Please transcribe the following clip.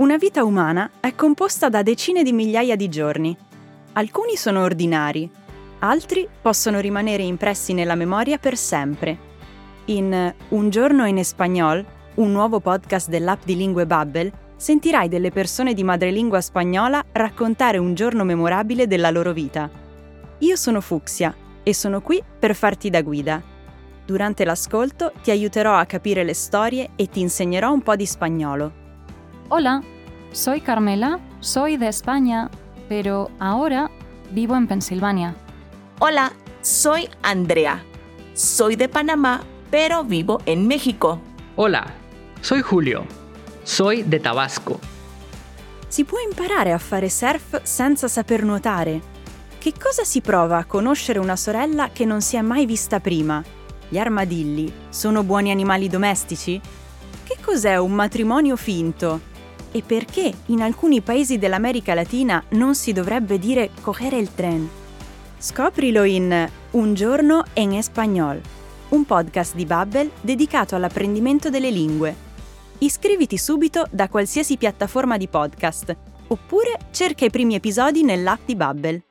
Una vita umana è composta da decine di migliaia di giorni. Alcuni sono ordinari, altri possono rimanere impressi nella memoria per sempre. In Un giorno in espagnol, un nuovo podcast dell'app di lingue Babbel, sentirai delle persone di madrelingua spagnola raccontare un giorno memorabile della loro vita. Io sono Fucsia e sono qui per farti da guida. Durante l'ascolto ti aiuterò a capire le storie e ti insegnerò un po' di spagnolo. Hola, soy Carmela, soy de España, pero ahora vivo en Pensilvania. Hola, soy Andrea. Soy de Panamá, pero vivo en México. Hola, soy Julio. Soy de Tabasco. Si può imparare a fare surf senza saper nuotare? Che cosa si prova a conoscere una sorella che non si è mai vista prima? Gli armadilli sono buoni animali domestici? Che cos'è un matrimonio finto? E perché in alcuni paesi dell'America Latina non si dovrebbe dire coger el tren? Scoprilo in Un giorno en español, un podcast di Babbel dedicato all'apprendimento delle lingue. Iscriviti subito da qualsiasi piattaforma di podcast, oppure cerca i primi episodi nell'app di Babbel.